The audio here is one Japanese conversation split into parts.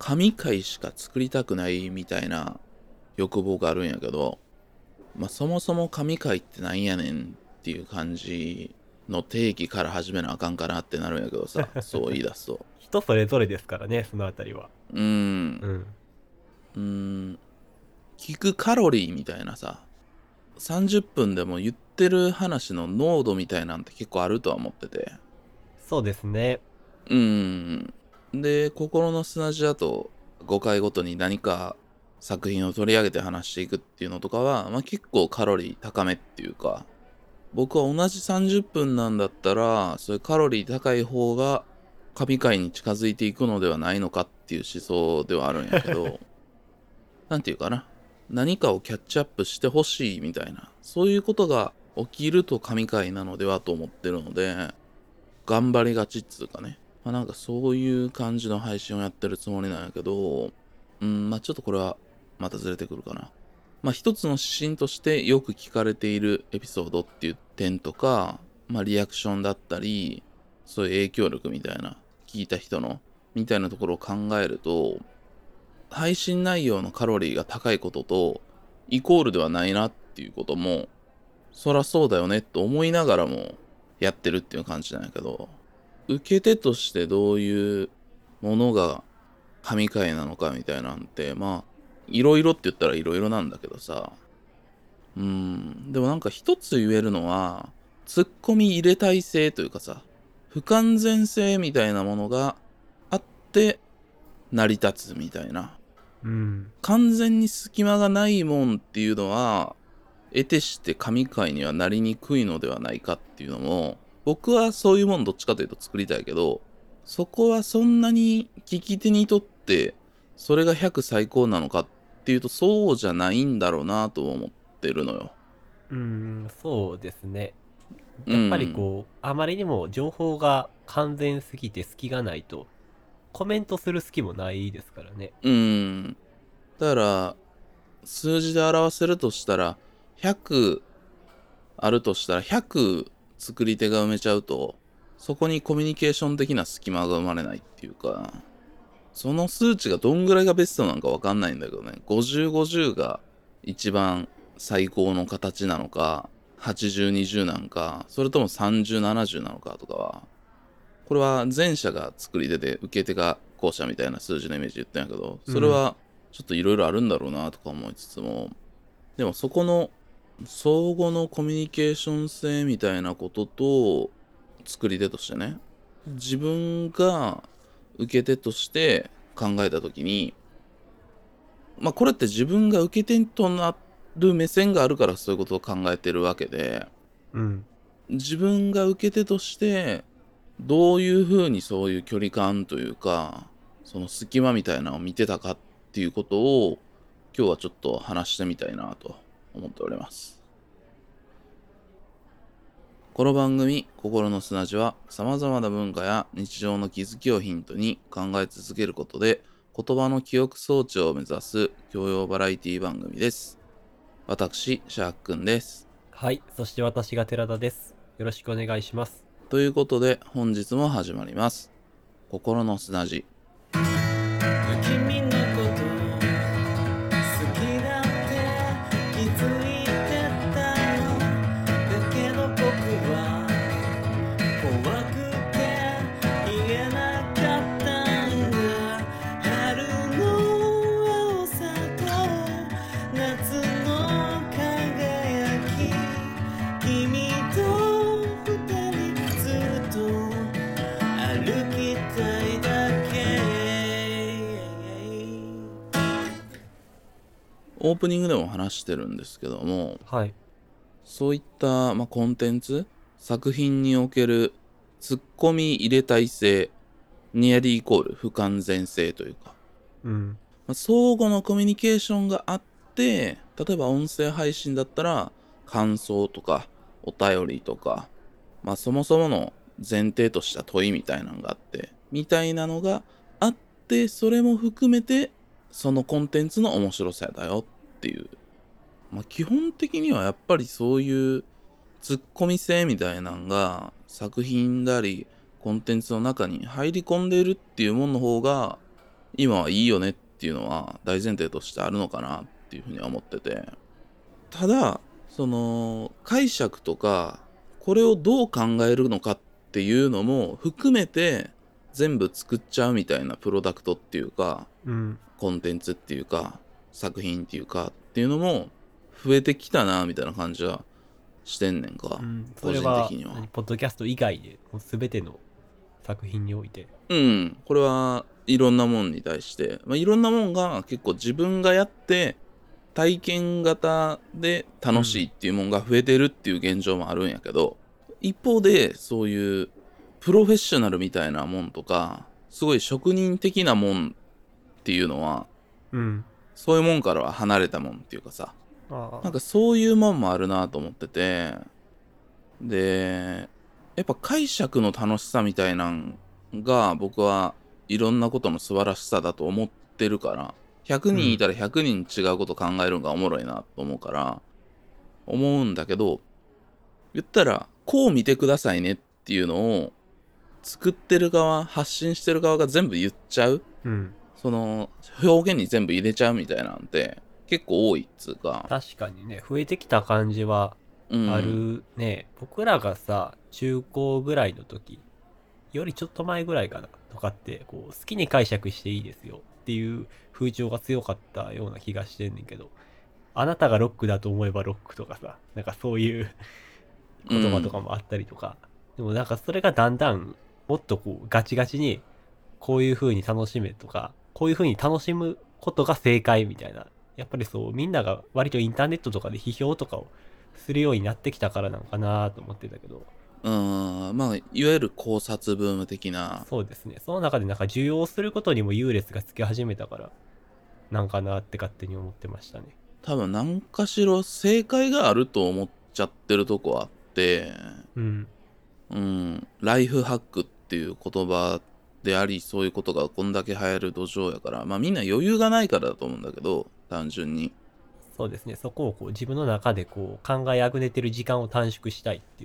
神回しか作りたくないみたいな欲望があるんやけど、そもそも神回ってなんやねんっていう感じの定義から始めなあかんかなってなるんやけどさ、そう言い出すと。 人それぞれですからね、そのあたりは。 うーん、 うん。 うーん、聞くカロリーみたいなさ、30分でも言ってる話の濃度みたいなんて結構あるとは思ってて。 そうですね。 うーん。で、心の砂地だと5回ごとに何か作品を取り上げて話していくっていうのとかは、結構カロリー高めっていうか、僕は同じ30分なんだったら、そういうカロリー高い方が神回に近づいていくのではないのかっていう思想ではあるんやけど、なんていうかな。何かをキャッチアップしてほしいみたいな、そういうことが起きると神回なのではと思ってるので、頑張りがちっつうかね。なんかそういう感じの配信をやってるつもりなんやけど、ちょっとこれはまたずれてくるかな。一つの指針としてよく聞かれているエピソードっていう点とか、リアクションだったり、そういう影響力みたいな、聞いた人の、みたいなところを考えると、配信内容のカロリーが高いことと、イコールではないなっていうことも、そらそうだよねと思いながらもやってるっていう感じなんやけど、受け手としてどういうものが神回なのかみたいなんて、いろいろって言ったらいろいろなんだけどさ、でもなんか一つ言えるのは、ツッコミ入れ体制というかさ、不完全性みたいなものがあって成り立つみたいな。 うん。 完全に隙間がないもんっていうのは、得てして神回にはなりにくいのではないかっていうのも、僕はそういうもんどっちかというと作りたいけど、そこはそんなに聞き手にとってそれが100最高なのかっていうとそうじゃないんだろうなと思ってるのよ。 そうですね。 うやっぱりん。 こう、あまりにも情報が完全すぎて隙がないと、コメントする隙もないですからね。 うん。だから数字で表せるとしたら100あるとしたら100作り手が埋めちゃうとそこにコミュニケーション的な隙間が生まれないっていうか、その数値がどんぐらいがベストなのかわかんないんだけどね。50、50が一番最高の形なのか、80、20なんか、それとも30、70なのかとかは、これは前者が作り手で受け手が後者みたいな数字のイメージ言ったんやけど、 うん。 それはちょっといろいろあるんだろうなとか思いつつも、でもそこの相互のコミュニケーション性みたいなことと、作り手としてね、自分が受け手として考えたときに、これって自分が受け手となる目線があるからそういうことを考えてるわけで、 うん。 自分が受け手としてどういうふうにそういう距離感というか、その隙間みたいなのを見てたかっていうことを今日はちょっと話してみたいなと思っております。この番組心の砂地は様々な文化や日常の気づきをヒントに考え続けることで言葉の記憶装置を目指す教養バラエティ番組です。私、シャークくんです。 はい。そして私が寺田です。よろしくお願いします。 ということで本日も始まります。心の砂地。 君のこと好きだって気づいてたのだけど僕は怖くて言えなかったんだ春の青さと夏の輝き君と二人ずっと歩きたいだけオープニングでも話してるんですけども、 はい。 そういった、コンテンツ、作品におけるツッコミ入れ体制、ニアリーイコール不完全性というか、 うん。 相互のコミュニケーションがあって、例えば音声配信だったら、感想とか、お便りとか、そもそもの前提とした問いみたいなのがあって、みたいなのがあって、それも含めて、そのコンテンツの面白さだよっていう。基本的にはやっぱりそういうツッコミ性みたいなのが作品でありコンテンツの中に入り込んでいるっていうものの方が今はいいよねっていうのは大前提としてあるのかなっていうふうには思ってて、ただその解釈とかこれをどう考えるのかっていうのも含めて全部作っちゃうみたいなプロダクトっていうかうん。 コンテンツっていうか作品っていうかっていうのも増えてきたなみたいな感じはしてんねんか、 そ個人れは的には。 ポッドキャスト以外で、もう全ての作品において。 これはいろんなもんに対して、いろんなもんが結構自分がやって体験型で楽しいっていうもんが増えてるっていう現状もあるんやけど、一方でそういうプロフェッショナルみたいなもんとかすごい職人的なもんっていうのはそういうもんからは離れたもんっていうかさ、なんかそういうもんもあるなと思ってて、でやっぱ解釈の楽しさみたいなんが僕はいろんなことの素晴らしさだと思ってるから、100人いたら100人違うこと考えるのがおもろいなと思うから思うんだけど、言ったらこう見てくださいねっていうのを作ってる側発信してる側が全部言っちゃう、その表現に全部入れちゃうみたいなんて結構多いっつうか。 確かにね、増えてきた感じはあるね。僕らがさ、中高ぐらいの時よりちょっと前ぐらいかなとかって、こう好きに解釈していいですよっていう風潮が強かったような気がしてんねんけど、あなたがロックだと思えばロックとかさ、なんかそういう言葉とかもあったりとか、でもなんかそれがだんだんもっとこうガチガチにこういう風に楽しめとか、こういう風に楽しむことが正解みたいな、やっぱりそうみんなが割とインターネットとかで批評とかをするようになってきたからなのかなと思ってたけど、 いわゆる考察ブーム的な。 そうですね。その中でなんか受容することにも優劣がつき始めたからなんかなって勝手に思ってましたね。 多分何かしら正解があると思っちゃってるとこあって、ライフハックっていう言葉であり、そういうことがこんだけ流行る土壌やから、みんな余裕がないからだと思うんだけど、単純に。 そうですね。そこをこう自分の中でこう考えあぐねてる時間を短縮したいっていう。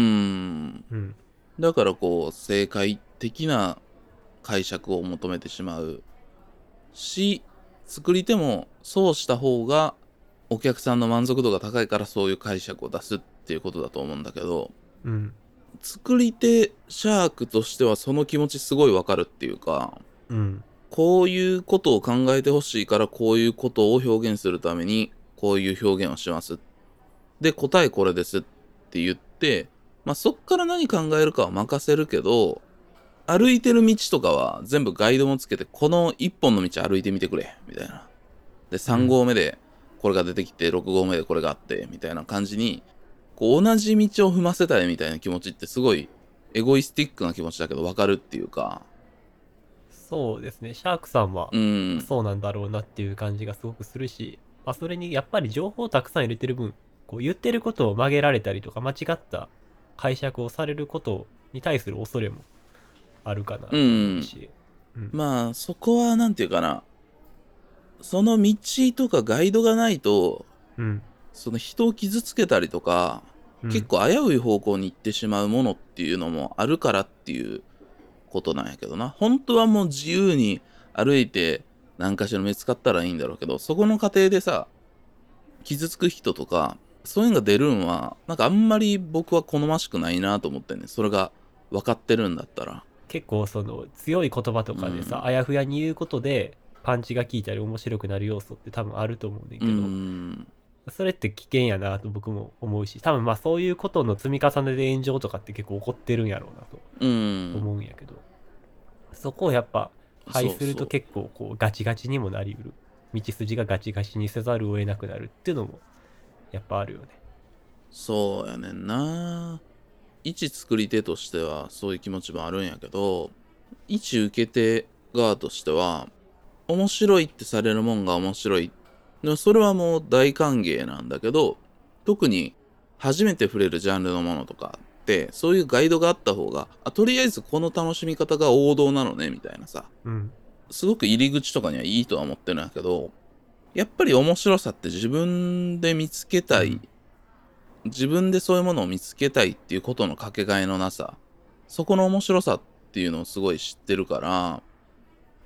だからこう正解的な解釈を求めてしまうし、作り手もそうした方がお客さんの満足度が高いからそういう解釈を出すっていうことだと思うんだけど、作り手シャークとしてはその気持ちすごいわかるっていうか、こういうことを考えてほしいからこういうことを表現するためにこういう表現をします。で、答えこれですって言って、そっから何考えるかは任せるけど、歩いてる道とかは全部ガイドもつけて、この一本の道歩いてみてくれみたいな。で、3合目でこれが出てきて、6合目でこれがあってみたいな感じに、こう同じ道を踏ませたいみたいな気持ちってすごいエゴイスティックな気持ちだけど分かるっていうか。 そうですね。シャークさんはそうなんだろうなっていう感じがすごくするし、それにやっぱり情報をたくさん入れてる分、こう言ってることを曲げられたりとか間違った解釈をされることに対する恐れもあるかなと思うし、 そこはなんていうかな、その道とかガイドがないと、その人を傷つけたりとか、結構危うい方向に行ってしまうものっていうのもあるからっていうことなんやけどな。本当はもう自由に歩いて何かしら見つかったらいいんだろうけど、そこの過程でさ、傷つく人とかそういうのが出るんはなんかあんまり僕は好ましくないなと思ってね。それが分かってるんだったら。 結構その強い言葉とかでさ、あやふやに言うことでパンチが効いたり面白くなる要素って多分あると思うんだけど、それって危険やなと僕も思うし、多分そういうことの積み重ねで炎上とかって結構起こってるんやろうなと思うんやけど、そこをやっぱ排すると結構こうガチガチにもなりうる、道筋がガチガチにせざるを得なくなるっていうのもやっぱあるよね。 そうやねんな。一作り手としてはそういう気持ちもあるんやけど、一受け手側としては面白いってされるもんが面白い、それはもう大歓迎なんだけど、特に初めて触れるジャンルのものとかってそういうガイドがあった方が、とりあえずこの楽しみ方が王道なのねみたいなさ、すごく入り口とかにはいいとは思ってるんやけど、やっぱり面白さって自分で見つけたい、自分でそういうものを見つけたいっていうことのかけがえのなさ、そこの面白さっていうのをすごい知ってるから、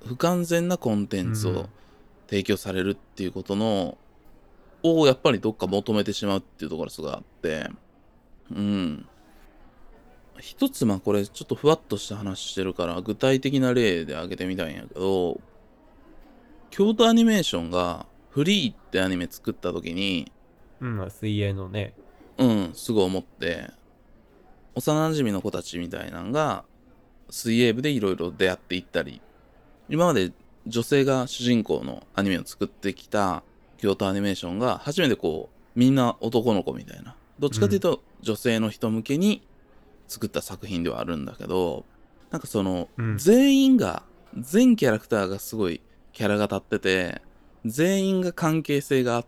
不完全なコンテンツをうん。 提供されるっていうことのをやっぱりどっか求めてしまうっていうところがすごいあって、うん。一つこれちょっとふわっとした話してるから具体的な例で挙げてみたいんやけど、京都アニメーションがフリーってアニメ作った時に、 うん、水泳のね。 すごい思って、幼馴染の子たちみたいなのが水泳部でいろいろ出会っていったり、今まで女性が主人公のアニメを作ってきた京都アニメーションが初めてこうみんな男の子みたいな、どっちかというと女性の人向けに作った作品ではあるんだけど、なんかそのうん。 全キャラクターがすごいキャラが立ってて、全員が関係性があって、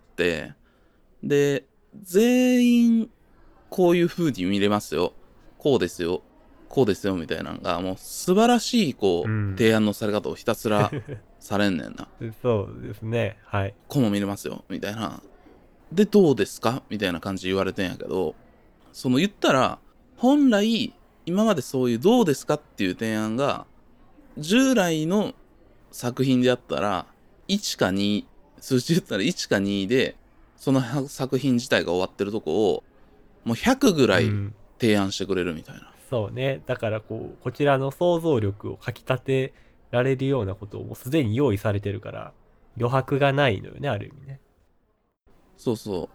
で全員こういう風に見れますよ、こうですよ、こうですよみたいなのがもう素晴らしいこううん。 提案のされ方をひたすらされんねんな。 そうですね。はい。 こうも見れますよみたいな。でどうですかみたいな感じ言われてんやけど、その言ったら本来今までそういうどうですかっていう提案が従来の作品であったら1か2、数字言ったら1か2でその作品自体が終わってるとこをもう100ぐらいうん。 提案してくれるみたいな。 そうね。だからこう、こちらの想像力をかき立てられるようなことをもうすでに用意されてるから、余白がないのよね、ある意味ね。 そうそう。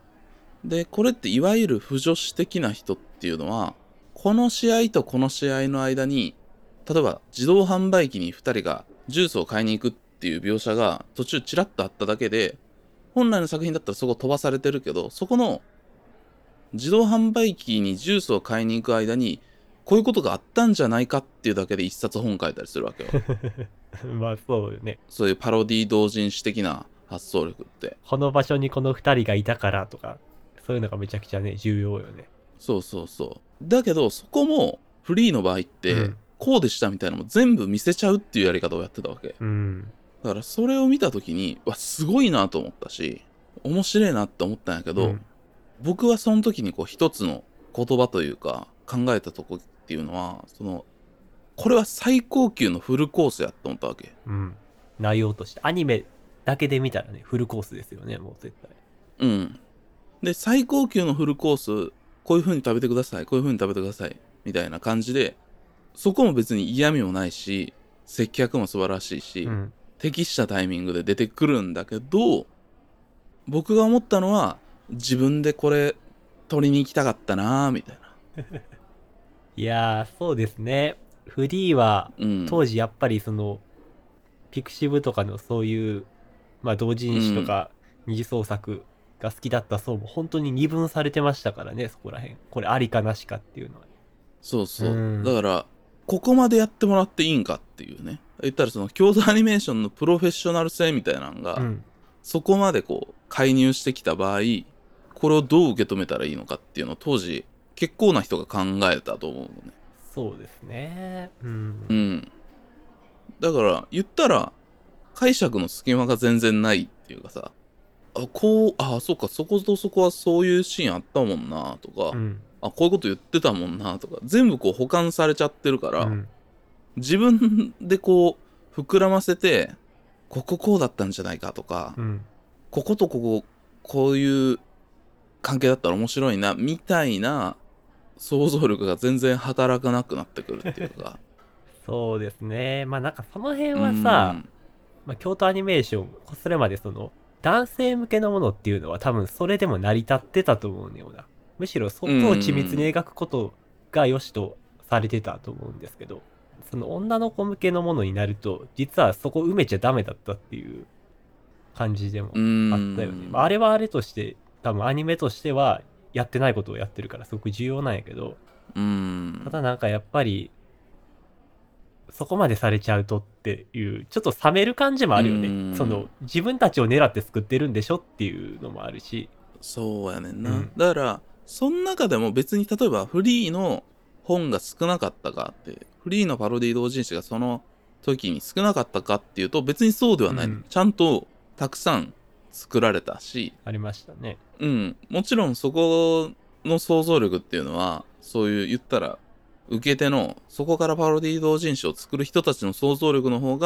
でこれっていわゆる不女子的な人っていうのは、この試合とこの試合の間に例えば自動販売機に2人がジュースを買いに行くっていう描写が途中チラッとあっただけで、本来の作品だったらそこ飛ばされてるけど、そこの自動販売機にジュースを買いに行く間にこういうことがあったんじゃないかっていうだけで一冊本書いたりするわけよ。 まあそうよね。 そういうパロディ同人誌的な発想力って。 この場所にこの二人がいたからとか、そういうのがめちゃくちゃね、重要よね。 そうそうそう。だけどそこもフリーの場合ってこうでしたみたいなのも全部見せちゃうっていうやり方をやってたわけ。 うん。 だからそれを見た時にすごいなと思ったし、面白いなって思ったんやけど、 うん。 僕はその時にこう一つの言葉というか考えたとこっていうのは、これは最高級のフルコースやって思ったわけ。 うん。内容として。アニメだけで見たらね、フルコースですよね、もう絶対。 うん。で最高級のフルコース、こういう風に食べてください、こういう風に食べてくださいみたいな感じで、そこも別に嫌味もないし接客も素晴らしいし、 うん。 適したタイミングで出てくるんだけど、僕が思ったのは自分でこれ取りに行きたかったなーみたいな。 いやー、そうですね。フリーは、当時やっぱりその、ピクシブとかのそういう、まあ同人誌とか二次創作が好きだった層も本当に二分されてましたからね、そこら辺。これありかなしかっていうのは。 そうそう。 うんだから、ここまでやってもらっていいんかっていうね。言ったらその京都アニメーションのプロフェッショナル性みたいなのが、 うん。 そこまでこう、介入してきた場合、これをどう受け止めたらいいのかっていうのを当時、結構な人が考えたと思うのね。 そうですね。うん。 うん。だから、言ったら、解釈の隙間が全然ないっていうかさ、そうか、そことそこはそういうシーンあったもんなとか、 うん。 こういうこと言ってたもんなとか、全部こう保管されちゃってるから、 うん。 自分でこう膨らませて、ここうだったんじゃないかとか、 うん。 こことこういう関係だったら面白いなみたいな想像力が全然働かなくなってくるっていうか。 そうですね。まあなんかその辺うはさ、 んまあ、京都アニメーション、それまでその、男性向けのものっていうのは多分それでも成り立ってたと思うねよな。むしろそこを緻密に描くことが良しとされてたと思うんですけど、その女の子向けのものになると、実はそこ埋めちゃダメだったっていう感じでもあったよね。まあ、あれはあれとして、多分アニメとしてはやってないことをやってるからすごく重要なんやけど、ただなんかやっぱり、そこまでされちゃうとっていう、ちょっと冷める感じもあるよね。その、自分たちを狙って作ってるんでしょっていうのもあるし。 そうやねんな、 うん、 だからその中でも別に例えばフリーの本が少なかったかって、フリーのパロディ同人誌がその時に少なかったかっていうと別にそうではない、ちゃんとたくさん作られたし、 ありましたね。 もちろんそこの想像力っていうのはそういう言ったら受け手のそこからパロディ同人誌を作る人たちの想像力の方が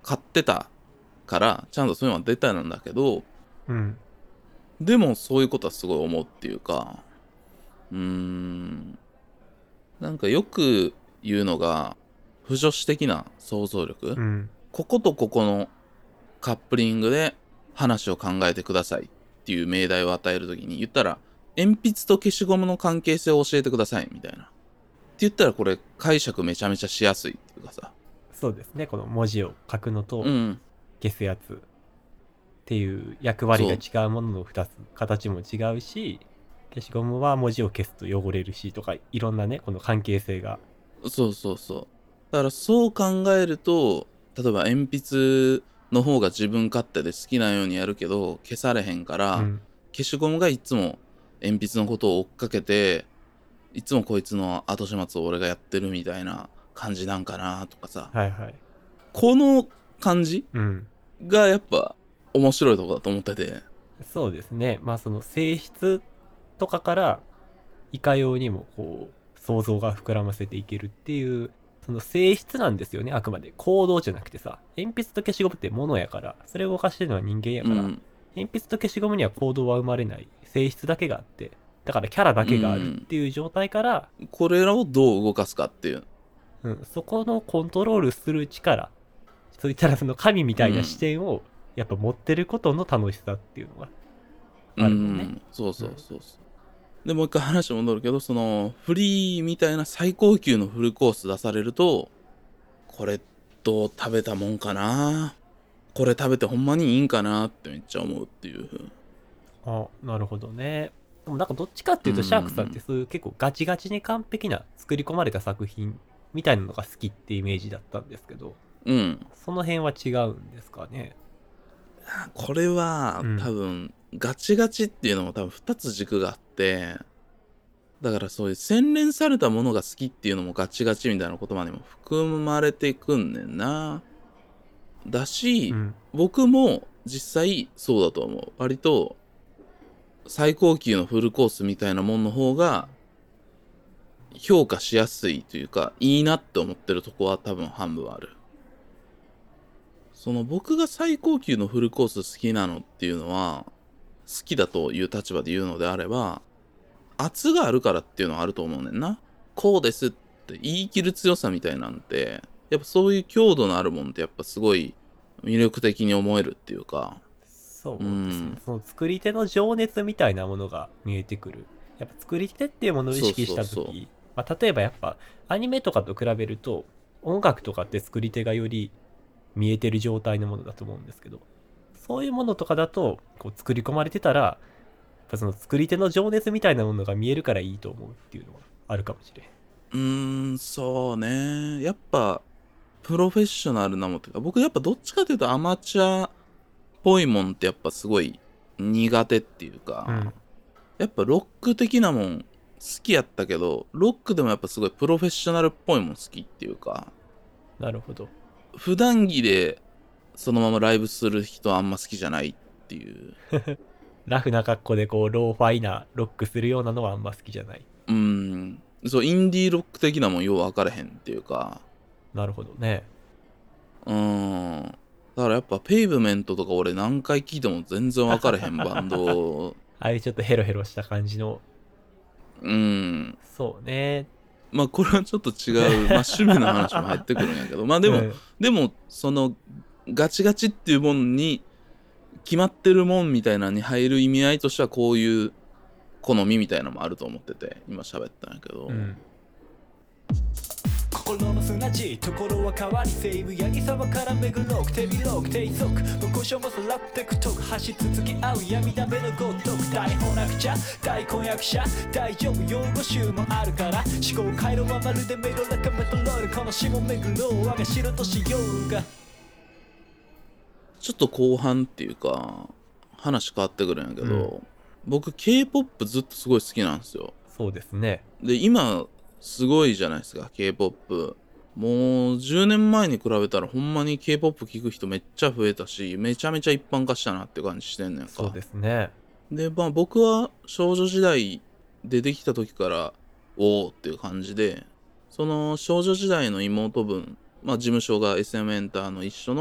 買ってたからちゃんとそういうのは出たんだけど、 うん。 でもそういうことはすごい思うっていうか、なんかよく言うのが、不助詞的な想像力、 うん。 こことここのカップリングで話を考えてくださいっていう命題を与えるときに言ったら、鉛筆と消しゴムの関係性を教えてくださいみたいな。って言ったらこれ解釈めちゃめちゃしやすいっていうかさ。 そうですね。この文字を書くのとうん。 消すやつっていう役割が違うものの2つ、形も違うし、消しゴムは文字を消すと汚れるしとか、いろんなね、この関係性が。 そうそうそう。だからそう考えると、例えば鉛筆の方が自分勝手で好きなようにやるけど消されへんから、 うん。 消しゴムがいつも鉛筆のことを追っかけて、いつもこいつの後始末を俺がやってるみたいな感じなんかなとかさ、 はいはい。 この感じうん。 がやっぱ面白いとこだと思ってて。 そうですね。まあその性質とかからいかようにもこう想像が膨らませていけるっていう、その性質なんですよね。あくまで行動じゃなくてさ、鉛筆と消しゴムって物やから、それを動かしてるのは人間やから、 うん鉛筆と消しゴムには行動は生まれない、性質だけがあって、だからキャラだけがあるっていう状態から、 これらをどう動かすかっていう。 そこのコントロールする力、そういったらその神みたいな視点をやっぱ持ってることの楽しさっていうのがあるもんね。 そうそうそうそう。でもう一回話戻るけど、そのフリーみたいな最高級のフルコース出されると、これどう食べたもんかな、これ食べてほんまにいいんかなってめっちゃ思うっていう。 あ、なるほどね。でもなんかどっちかっていうとシャークさんってそういう結構ガチガチに完璧な作り込まれた作品みたいなのが好きってイメージだったんですけど、その辺は違うんですかね。 これは多分ガチガチっていうのも多分2つ軸があって、だからそういう洗練されたものが好きっていうのもガチガチみたいな言葉にも含まれていくんねんな。だし、僕も実際そうだと思う。割と最高級のフルコースみたいなもんの方が評価しやすいというか、いいなって思ってるとこは多分半分ある。その僕が最高級のフルコース好きなのっていうのは、好きだという立場で言うのであれば、圧があるからっていうのはあると思うねんな。こうですって言い切る強さみたいなんて、やっぱそういう強度のあるもんってやっぱすごい魅力的に思えるっていうか。 そうですね。その作り手の情熱みたいなものが見えてくる。やっぱ作り手っていうものを意識したとき、まあ、例えばやっぱアニメとかと比べると音楽とかって作り手がより見えてる状態のものだと思うんですけど、そういうものとかだとこう作り込まれてたら、やっぱその作り手の情熱みたいなものが見えるからいいと思うっていうのはあるかもしれん。 そうね。やっぱプロフェッショナルなもんっていうか、僕やっぱどっちかというとアマチュアっぽいもんってやっぱすごい苦手っていうか、やっぱロック的なもん好きやったけど、ロックでもやっぱすごいプロフェッショナルっぽいもん好きっていうか。 なるほど。 普段着でそのままライブする人はあんま好きじゃないっていうラフな格好でこうローファイなロックするようなのはあんま好きじゃない。 そうインディーロック的なもんよう分かれへんっていうか。 なるほどね。 だからやっぱペイブメントとか俺何回聴いても全然分かれへんバンドああいうちょっとヘロヘロした感じの。そうね。 まあこれはちょっと違う、まあ趣味の話も入ってくるんやけど、まあでもそのガチガチっていうもんに決まってるもんみたいなのに入る意味合いとしてはこういう好みみたいなのもあると思ってて今喋ったんやけど、 心の砂地ところは変わりセーブやりさまから巡ろう手広く低速無故障もさらってくとく走り続き合う闇だめのごとく台本なくちゃ大婚約者大丈夫用語集もあるから思考回路はまるでメロラカメトロールこの死も巡ろう我が白としようがちょっと後半っていうか話変わってくるんやけど、僕 K-POP ずっとすごい好きなんですよ。 そうですね。 で今すごいじゃないですか K-POP。もう10年前に比べたらほんまに K-POP 聴く人めっちゃ増えたし、めちゃめちゃ一般化したなって感じしてんねんか。 そうですね。 でまあ僕は少女時代出てきた時からおーっていう感じで、その少女時代の妹分、まあ事務所が SM エンターの一緒の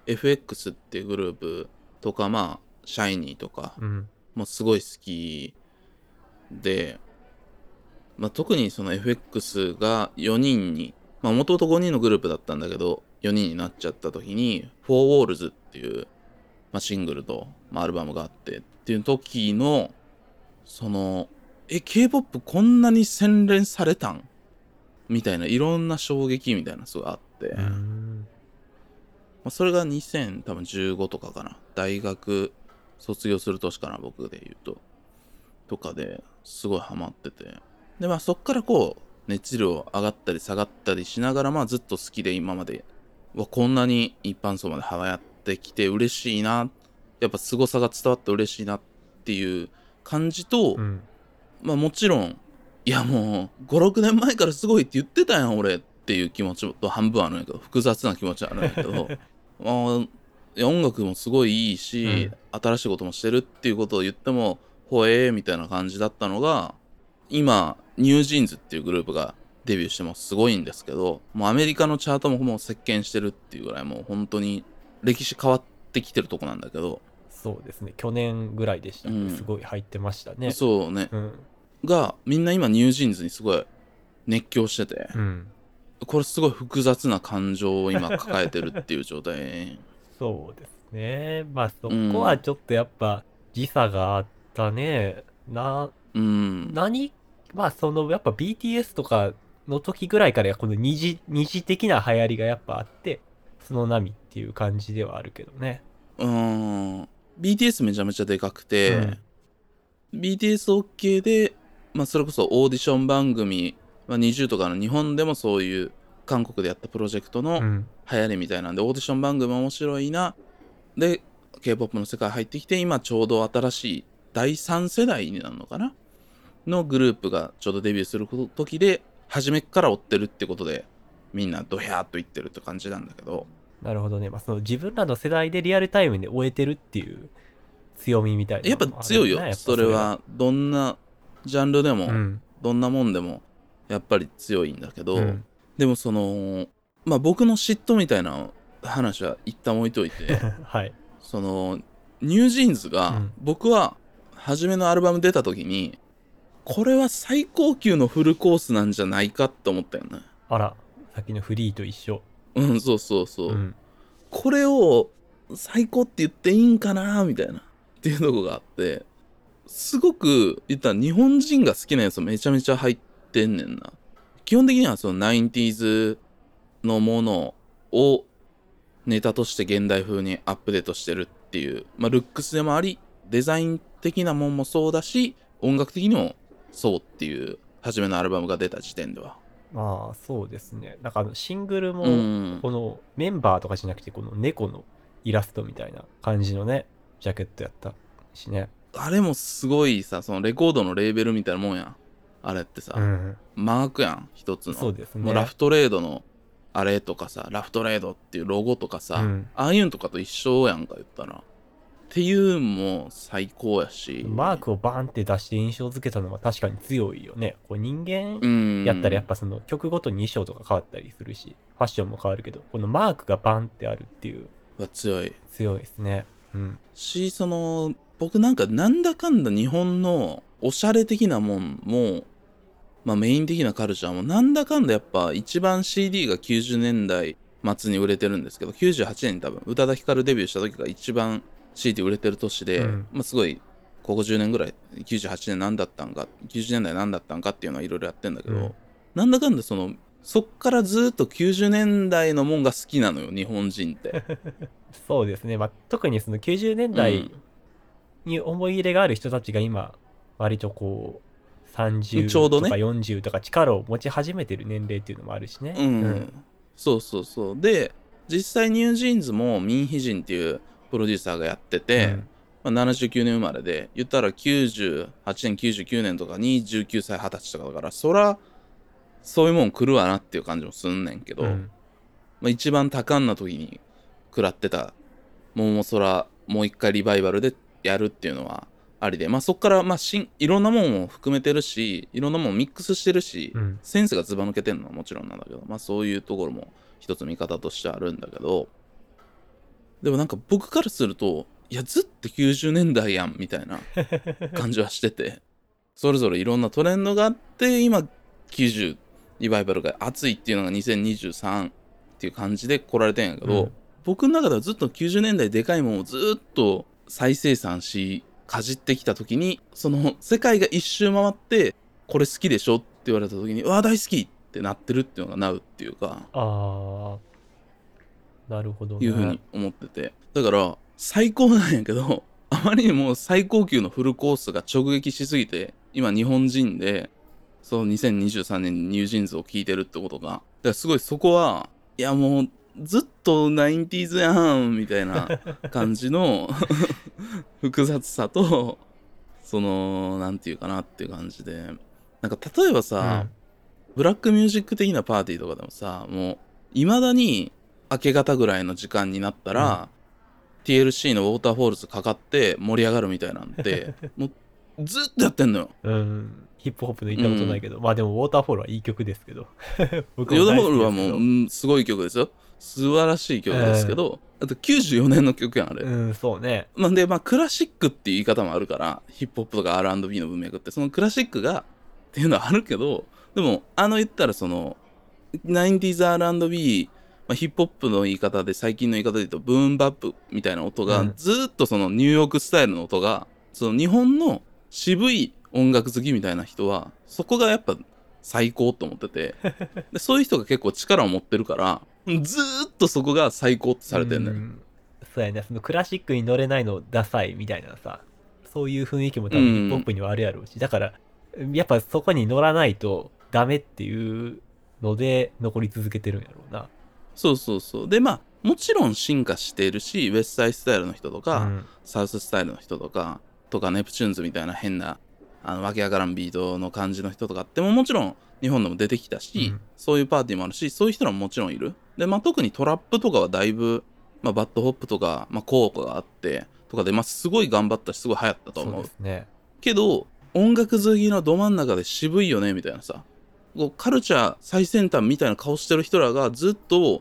FX っていうグループとか、まあシャイニーとかもすごい好きで、まあ、特にその FX が4人に、まあもともと5人のグループだったんだけど4人になっちゃった時に「フォーウォールズ」っていう、まあ、シングルと、まあ、アルバムがあってっていう時のそのK-POP こんなに洗練されたんみたいないろんな衝撃みたいなすごいあって、まあ、それが2015とかかな、大学卒業する年かな、僕で言うととかですごいハマってて、でまあそっからこう熱量上がったり下がったりしながら、まあずっと好きで今までこんなに一般層まで流行ってきて嬉しいな、やっぱ凄さが伝わって嬉しいなっていう感じと、まあもちろんいやもう5、6年前からすごいって言ってたやん俺っていう気持ちと半分あるんやけど、複雑な気持ちあるんやけどまあ音楽もすごいいいし、新しいこともしてるっていうことを言ってもほえーみたいな感じだったのが、今ニュージーンズっていうグループがデビューしてもすごいんですけど、もうアメリカのチャートももう席巻してるっていうぐらいもう本当に歴史変わってきてるとこなんだけど、 そうですね、去年ぐらいでしたね、すごい入ってましたね。 そうね、がみんな今ニュージーンズにすごい熱狂してて、これすごい複雑な感情を今抱えてるっていう状態そうですね、まあそこはちょっとやっぱ時差があったね。まあそのやっぱ BTS とかの時ぐらいからこの二次的な流行りがやっぱあって、その波っていう感じではあるけどね。 BTS めちゃめちゃでかくて、BTSOK で、まあそれこそオーディション番組、まあ、20とかの日本でもそういう韓国でやったプロジェクトの流行りみたいなんで、オーディション番組面白いなで K-POP の世界入ってきて、今ちょうど新しい第3世代になるのかなのグループがちょうどデビューする時で、初めから追ってるってことでみんなドヒャーっと言ってるって感じなんだけど。 なるほどね、まあ、その自分らの世代でリアルタイムで終えてるっていう強みみたいな、 やっぱ強いよ、それはどんなジャンルでも、どんなもんでもやっぱり強いんだけど、でもそのまあ僕の嫉妬みたいな話は一旦置いといてそのニュージーンズが、僕は初めのアルバム出た時にこれは最高級のフルコースなんじゃないかって思ったよね。 あら、さっきのフリーと一緒。 そうそうそう、これを最高って言っていいんかなみたいなっていうとこがあって、すごく言ったら日本人が好きなやつめちゃめちゃ入ってんねんな。基本的にはその 90s のものをネタとして現代風にアップデートしてるっていう、まあルックスでもあり、デザイン的なもんもそうだし、音楽的にもそうっていう初めのアルバムが出た時点では。 まあそうですね。なんかシングルもこのメンバーとかじゃなくてこの猫のイラストみたいな感じのねジャケットやったしね。 あれもすごいさ、そのレコードのレーベルみたいなもんやん。あれってさ、マークやん、一つの。 そうですね。 もうラフトレードのあれとかさ、ラフトレードっていうロゴとかさ、ああいうんとかと一緒やんか言ったら。っていうも最高やし、 マークをバーンって出して印象付けたのは確かに強いよね。こう人間やったらやっぱその曲ごとに衣装とか変わったりするし、ファッションも変わるけど、このマークがバンってあるっていうは強いですね。 し、その僕なんかなんだかんだ日本のおしゃれ的なもんも、まあメイン的なカルチャーもなんだかんだやっぱ一番 CD が90年代末に売れてるんですけど、98年に多分宇多田ヒカルデビューした時が一番CD 売れてる年で、まあすごいここ10年ぐらい98年何だったんか90年代何だったんかっていうのはいろいろやってんだけど、なんだかんだそっからずっと90年代のもんが好きなのよ日本人ってそうですね、まあ、特にその90年代に思い入れがある人たちが今割とこう30とか40とか力を持ち始めてる年齢っていうのもあるしね。 そうそうそう。で実際ニュージーンズもミン・ヒジンっていうプロデューサーがやってて、まあ、79年生まれで言ったら98年99年とかに19歳20歳とかだから、そらそういうもん来るわなっていう感じもすんねんけど、まあ、一番多感な時に食らってたもんもそらもう一回リバイバルでやるっていうのはありで、まあそっからまあいろんなもんを含めてるし、いろんなもんミックスしてるし、センスがずば抜けてるのはもちろんなんだけど、まあそういうところも一つ見方としてあるんだけど、 でもなんか僕からすると、いやずっと90年代やんみたいな感じはしてて、それぞれいろんなトレンドがあって、今90リバイバルが熱いっていうのが2023っていう感じで来られてんやけど、僕の中ではずっと90年代でかいものをずっと再生産しかじってきた時に、その世界が一周回ってこれ好きでしょって言われた時に、うわ大好きってなってるっていうのがなうっていうか、 ああ、なるほどね。 いうふうに思ってて、だから最高なんやけど、あまりにも最高級のフルコースが直撃しすぎて、今日本人でその2023年にニュージーンズを聴いてるってことが、だからすごいそこは、いやもうずっと 90s やんみたいな感じの複雑さと、そのなんていうかなっていう感じで、なんか例えばさ、ブラックミュージック的なパーティーとかでもさ、もう未だに明け方ぐらいの時間になったら、TLC のウォーターフォールズかかって盛り上がるみたいなんでもうずっとやってんのよ。 ヒップホップの言ったことないけど、まあでもウォーターフォールはいい曲ですけどウォーターフォールはもう、すごい曲ですよ。素晴らしい曲ですけど、あと94年の曲やんあれ。 そうね。 なんでまあクラシックっていう言い方もあるから、ヒップホップとか R&B の文脈ってそのクラシックがっていうのはあるけど、でも言ったらその 90s R&B、ヒップホップの言い方で、最近の言い方で言うとブーンバップみたいな音が、ずっとそのニューヨークスタイルの音が、その日本の渋い音楽好きみたいな人はそこがやっぱ最高と思っててでそういう人が結構力を持ってるから、ずーっとそこが最高ってされてんねん。 そうやね。そのクラシックに乗れないのダサいみたいなさ、そういう雰囲気も多分ヒップホップにはあるやろうし、だからやっぱそこに乗らないとダメっていうので残り続けてるんやろうな。 そうそうそう。でまあもちろん進化しているし、ウェスサイスタイルの人とか、サウススタイルの人とかネプチューンズみたいな変なわけわからんビートの感じの人とかってもちろん日本でも出てきたし、そういうパーティーもあるし、そういう人らももちろんいる。で特にトラップとかはだいぶ、バッドホップとか、コーコがあってとかで、すごい頑張ったしすごい流行ったと思う。 そうですね。 けど音楽好きのど真ん中で渋いよねみたいなさ、こうカルチャー最先端みたいな顔してる人らがずっと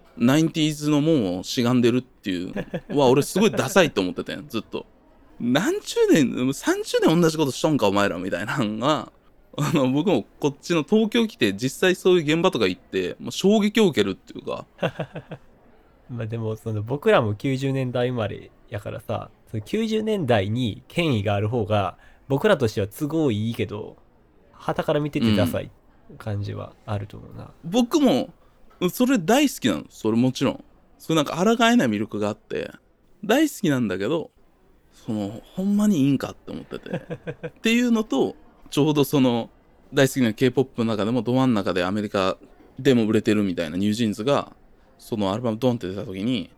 90s の門をしがんでるっていうは俺すごいダサいと思っててんずっと。何十年30年同じことしとんかお前らみたいなのが僕もこっちの東京来て実際そういう現場とか行ってもう衝撃を受けるっていうかでもその僕らも90年代生まれやからさ、その90年代に権威がある方が僕らとしては都合いいけど、傍から見ててダサい感じはあると思うな。 僕もそれ大好きなの。それもちろんそれなんか抗えない魅力があって大好きなんだけど、そのほんまにいいんかって思っててっていうのと、ちょうどその大好きな K-POP の中でもど真ん中でアメリカでも売れてるみたいなニュージーンズがそのアルバムドンって出た時に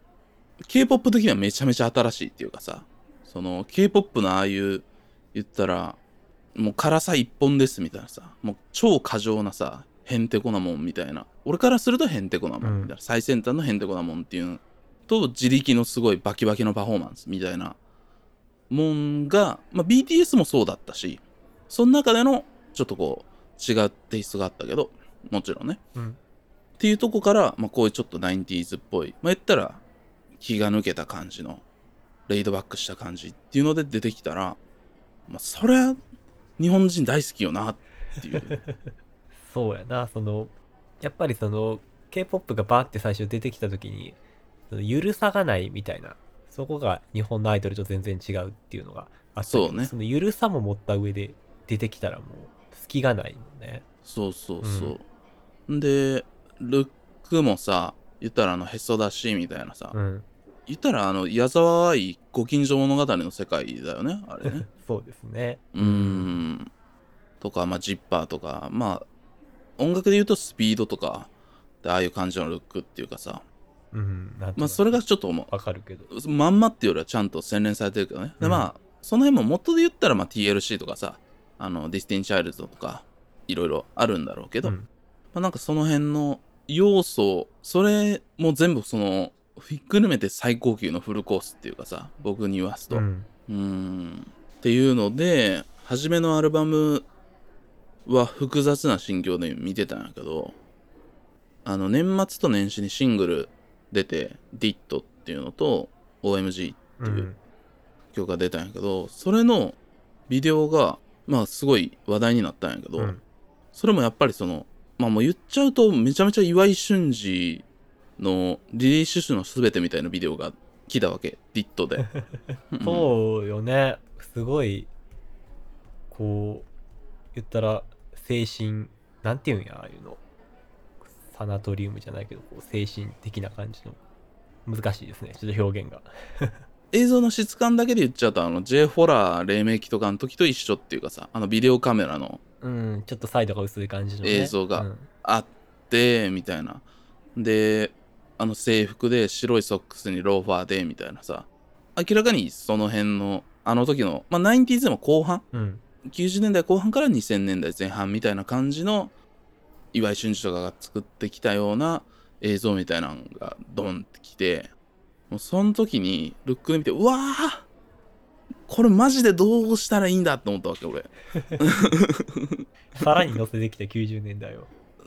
K-POP 的にはめちゃめちゃ新しいっていうかさ、その K-POP のああいう言ったらもう辛さ一本ですみたいなさ、もう超過剰なさへんてこなもんみたいな、俺からするとへんてこなもんみたいな、最先端のへんてこなもんっていうと自力のすごいバキバキのパフォーマンスみたいなもんが、BTS もそうだったし、その中でのちょっとこう違うテイストがあったけど、もちろんね、っていうとこから、こういうちょっと 90s っぽい、言ったら気が抜けた感じのレイドバックした感じっていうので出てきたら、そりゃ日本人大好きよなっていうそうやな。そのやっぱりその K-POP がバーって最初出てきた時にゆるさがないみたいな、そこが日本のアイドルと全然違うっていうのがあったけど、そのゆるさも持った上で出てきたらもう隙がないもんね。 そうそうそう、でルックもさ、言ったらへそ出しみたいなさ、言ったら矢沢愛ご近所物語の世界だよねあれねそうですね。 とかジッパーとか、音楽で言うとスピードとかああいう感じのルックっていうかさ、それがちょっとわかるけど、 まんまっていうよりはちゃんと洗練されてるけどね。でその辺も元で言ったらTLC とかさ、ディスティン・チャイルズとかいろいろあるんだろうけど、なんかその辺の要素、それも全部そのひっくるめて最高級のフルコースっていうかさ、僕に言わすとっていうので、初めのアルバムは複雑な心境で見てたんやけど、年末と年始にシングル出て、ディットっっていうのと OMG っていう曲が出たんやけど、それのビデオがまあすごい話題になったんやけど、それもやっぱりそのまあもう言っちゃうとめちゃめちゃ岩井俊二のリリー・シュシュのすべてみたいなビデオが来たわけ、ディットで。 そうよね。すごいこう言ったら精神なんていうんや、ああいうのサナトリウムじゃないけどこう精神的な感じの難しいですね、ちょっと表現が。 映像の質感だけで言っちゃうとJ ホラー黎明期とかの時と一緒っていうかさ、ビデオカメラのちょっとサイドが薄い感じの、ね、 映像があって、みたいな。で制服で白いソックスにローファーでみたいなさ、明らかにその辺の時のまあ 90s でも後半、90年代後半から2000年代前半みたいな感じの岩井俊二とかが作ってきたような映像みたいなのがドンってきて、もうその時にルックで見て、うわーこれマジでどうしたらいいんだって思ったわけ俺。 さらに乗せてきた90年代を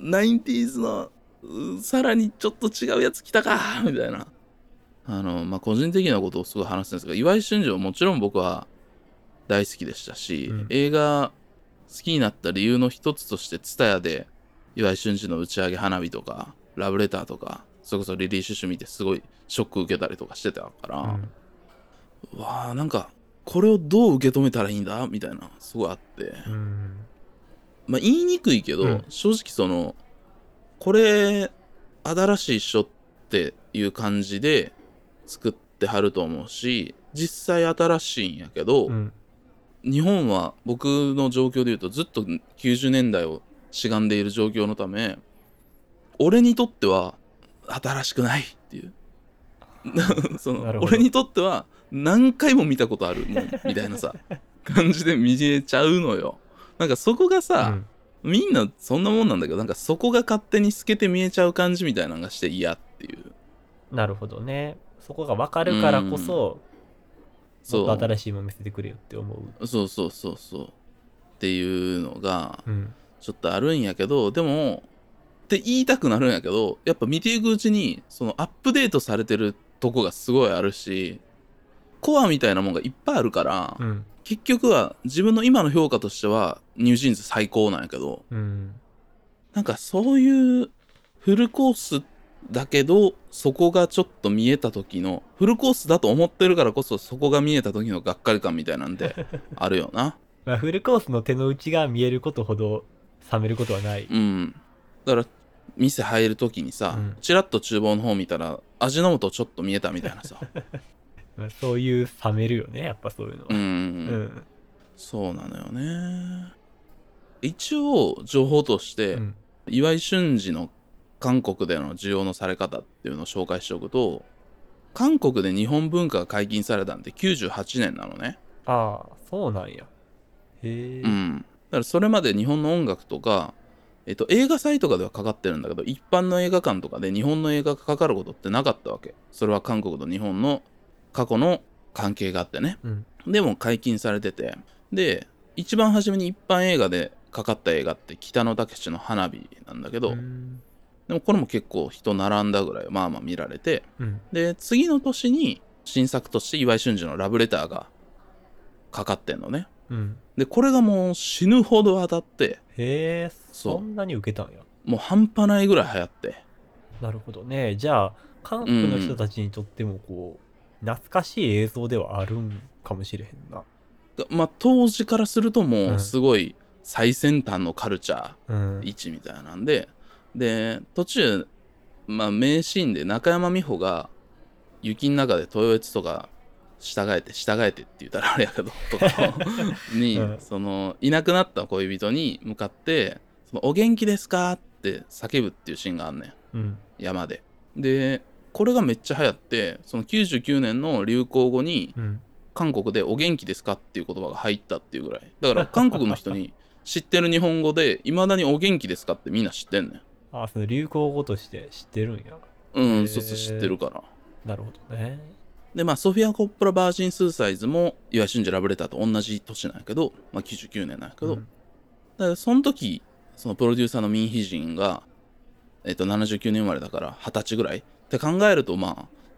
90s のさらにちょっと違うやつ来たかみたいな。まあ個人的なことをすごい話すんですが、岩井俊二はもちろん僕は大好きでしたし、映画好きになった理由の一つとしてTSUTAYAで岩井俊二の打ち上げ花火とかラブレターとかそれこそリリー・シュシュ見てすごいショック受けたりとかしてたから、うわーなんかこれをどう受け止めたらいいんだみたいなすごいあって、まあ言いにくいけど、正直そのこれ新しいっしょっていう感じで作ってはると思うし、実際新しいんやけど、日本は僕の状況で言うとずっと90年代をしがんでいる状況のため、俺にとっては新しくないっていうその俺にとっては何回も見たことあるもんみたいなさ感じで見えちゃうのよ。なんかそこがさ、みんなそんなもんなんだけど、なんかそこが勝手に透けて見えちゃう感じみたいなのがして嫌っていう。 なるほどね。そこが分かるからこそ、もっと新しいもの見せてくれよって思う。 そうっていうのがちょっとあるんやけど、でもって言いたくなるんやけど、やっぱ見ていくうちにそのアップデートされてるとこがすごいあるし、コアみたいなもんがいっぱいあるから、結局は自分の今の評価としてはニュージーンズ最高なんやけど、なんかそういうフルコースだけどそこがちょっと見えた時の、フルコースだと思ってるからこそそこが見えた時のがっかり感みたいなんであるよな。 まあフルコースの手の内が見えることほど冷めることはない。 だから店入る時にさ、チラッと厨房の方見たら味の素ちょっと見えたみたいなさそういう冷めるよね、やっぱそういうのは。 そうなのよね。一応情報として、岩井俊二の韓国での需要のされ方っていうのを紹介しておくと、韓国で日本文化が解禁されたんで98年なのね。 ああ、そうなんや。へえ。 だからそれまで日本の音楽とか、映画サイトとかではかかってるんだけど、一般の映画館とかで日本の映画がかかることってなかったわけ。それは韓国と日本の過去の関係があってね。でも解禁されてて、で一番初めに一般映画でかかった映画って北野武の花火なんだけど、でもこれも結構人並んだぐらいまあまあ見られて、で次の年に新作として岩井俊二のラブレターがかかってんのね。でこれがもう死ぬほど当たって、 へえ、そんなに受けたんや。 もう半端ないぐらい流行って。 なるほどね。じゃあ韓国の人たちにとってもこう、懐かしい映像ではあるんかもしれへんな。 まあ当時からするともうすごい最先端のカルチャー位置みたいなんで、で途中まあ名シーンで中山美穂が雪の中で豊悦とか従えてって言ったらあれやけどとかに、そのいなくなった恋人に向かってそのお元気ですかって叫ぶっていうシーンがあんねん、山で。でこれがめっちゃ流行って、その99年の流行語に、韓国でお元気ですかっていう言葉が入ったっていうぐらいだから、韓国の人に知ってる日本語でいまだにお元気ですかってみんな知ってんねん。 あ、その流行語として知ってるんや。 そう知ってるから。 なるほどね。 でまあソフィア・コッポラ・バージン・スーサイズも岩井俊二ラブレターと同じ年なんやけど、まあ99年なんやけど、だからその時そのプロデューサーのミン・ヒジンが79年生まれだから20歳ぐらいって考えると、まあ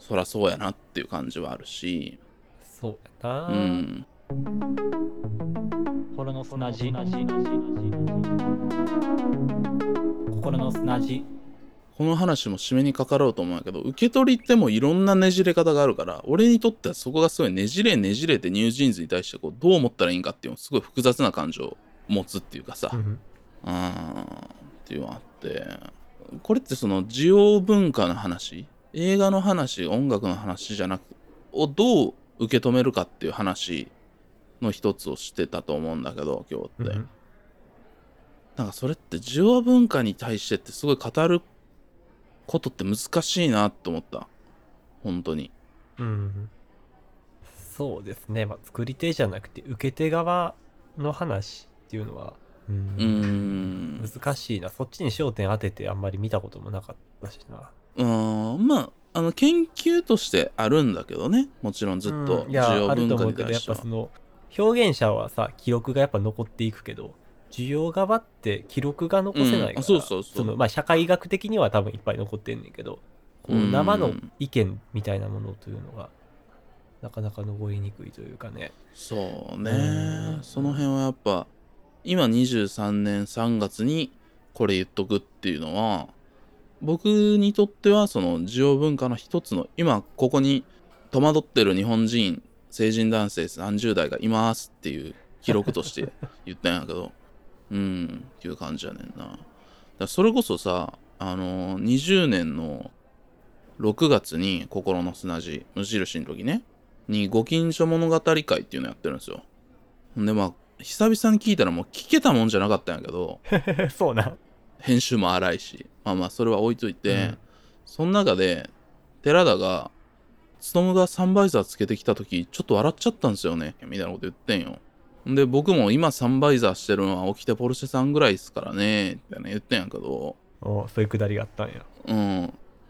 そらそうやなっていう感じはあるし、 そうやな、 うん、 心の砂地心の砂地。 この話も締めにかかろうと思うんやけど、受け取りってもいろんなねじれ方があるから、俺にとってはそこがすごいねじれってニュージーンズに対してこうどう思ったらいいんかっていうのすごい複雑な感情を持つっていうかさ、っていうのがあって、これってその需要文化の話、映画の話、音楽の話じゃなくをどう受け止めるかっていう話の一つをしてたと思うんだけど、今日って、なんかそれって需要文化に対してってすごい語ることって難しいなって思った。本当に。 そうですね。作り手じゃなくて受け手側の話っていうのは難しいな。そっちに焦点当ててあんまり見たこともなかったしな。 まあ研究としてあるんだけどね。もちろんずっと需要文化に対しては。あると思うけど、 やっぱその表現者はさ、記録がやっぱ残っていくけど、需要側って記録が残せないから、その社会学的には多分いっぱい残ってんねんけど、こう生の意見みたいなものというのがなかなか残りにくいというかね。 そうね、その辺はやっぱ今23年3月にこれ言っとくっていうのは、僕にとってはその需要文化の一つの、今ここに戸惑ってる日本人成人男性30代がいますっていう記録として言ったんやけどっていう感じやねんな。だそれこそさ、20年の6月に心の砂地無印の時ねにご近所物語会っていうのやってるんですよ。で久々に聞いたらもう聞けたもんじゃなかったんやけどそうな、 編集も荒いし、それは置いといて、その中で寺田が勉がサンバイザーつけてきた時ちょっと笑っちゃったんですよねみたいなこと言ってんよ。で僕も今サンバイザーしてるのは起きてポルシェさんぐらいですからねって言ってんやけど、 そういうくだりがあったんや。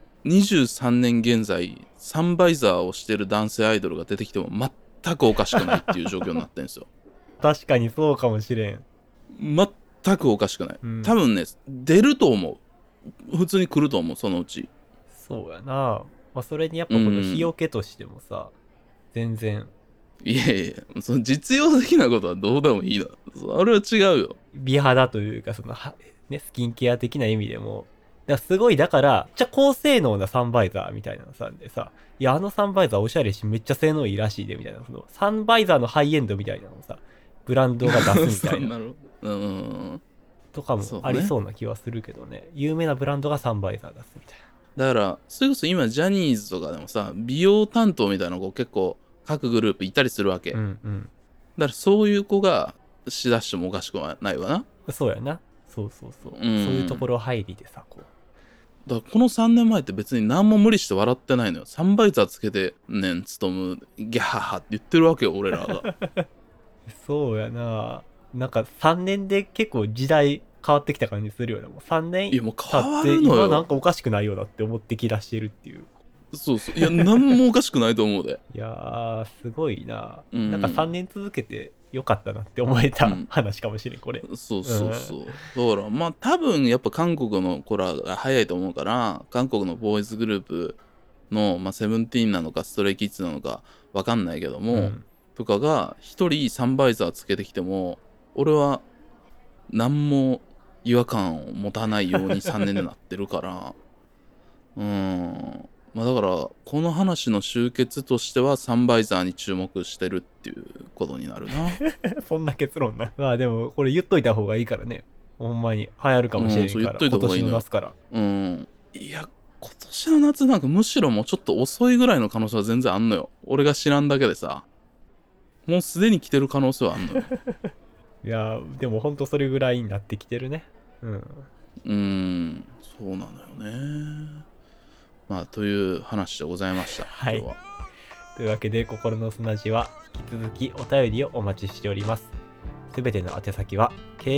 23年現在サンバイザーをしてる男性アイドルが出てきても全くおかしくないっていう状況になってんですよ。 確かにそうかもしれん。 全くおかしくない、多分ね出ると思う。普通に来ると思う、そのうち。 そうやな。それにやっぱこの日よけとしてもさ、全然いやその実用的なことはどうでもいいな。あれは違うよ。 美肌というか、そのね、スキンケア的な意味でも、すごい、だからめっちゃ高性能なサンバイザーみたいなのさんでさ、いやサンバイザーおしゃれしめっちゃ性能いいらしいでみたいな、そのサンバイザーのハイエンドみたいなのをさ、ブランドが出すみたいなとかもありそうな気はするけどね。有名なブランドがサンバイザー出すみたいな。だからそれこそ今ジャニーズとかでもさ、美容担当みたいな子結構各グループいたりするわけ、だからそういう子がしだしてもおかしくはないわな。 そうやな。そう、そういうところ入りでさ、こうだからこの3年前って別に何も無理して笑ってないのよ。サンバイザーつけてねん勤ギャハハって言ってるわけよ俺らがそうやな。なんか3年で結構時代変わってきた感じするよね。もう3年経って今なんかおかしくないよなって思ってきだしてるっていう。 そういや何もおかしくないと思うでいやーすごいな、なんか3年続けてよかったなって思えた話かもしれんこれ。 そうだから多分やっぱ韓国の子らが早いと思うから、韓国のボーイズグループのセブンティーンなのかストレイキッズなのか分かんないけども、とかが一人サンバイザーつけてきても俺は何も違和感を持たないように3年でなってるからだからこの話の終結としてはサンバイザーに注目してるっていうことになるなそんな結論な。でもこれ言っといた方がいいからね。ほんまに流行るかもしれんから、今年の夏から。いや今年の夏なんかむしろもうちょっと遅いぐらいの可能性は全然あんのよ。俺が知らんだけでさ、もうすでに来てる可能性はあんのよいやでもほんとそれぐらいになってきてるね。 そうなのよね。という話でございました。 はい。今日はというわけで、心の砂地は引き続きお便りをお待ちしております。すべての宛先は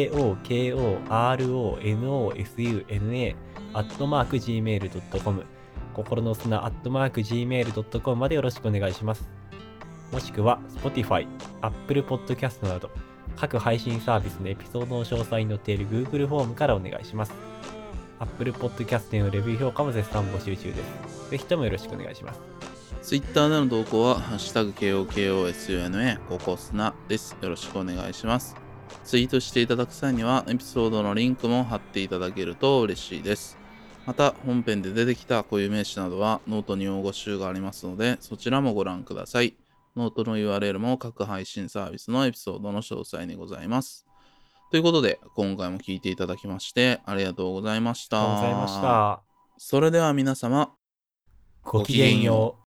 kokorosuna@gmail.com 心の砂 @gmail.com までよろしくお願いします。もしくは Spotify、Apple Podcast など各配信サービスのエピソードの詳細に載っている Google フォームからお願いします。Apple Podcast へのレビュー評価も絶賛募集中です。ぜひともよろしくお願いします。 Twitter での投稿は、ハッシュタグ KOKOSUNA ココスナです。よろしくお願いします。ツイートしていただく際には、エピソードのリンクも貼っていただけると嬉しいです。また、本編で出てきた固有名詞などは、ノートに用語集がありますので、そちらもご覧ください。ノートの URL も各配信サービスのエピソードの詳細にございます。ということで、今回も聞いていただきまして、ありがとうございましありがとうございました。 た。 それでは皆様、 ごきげんよう。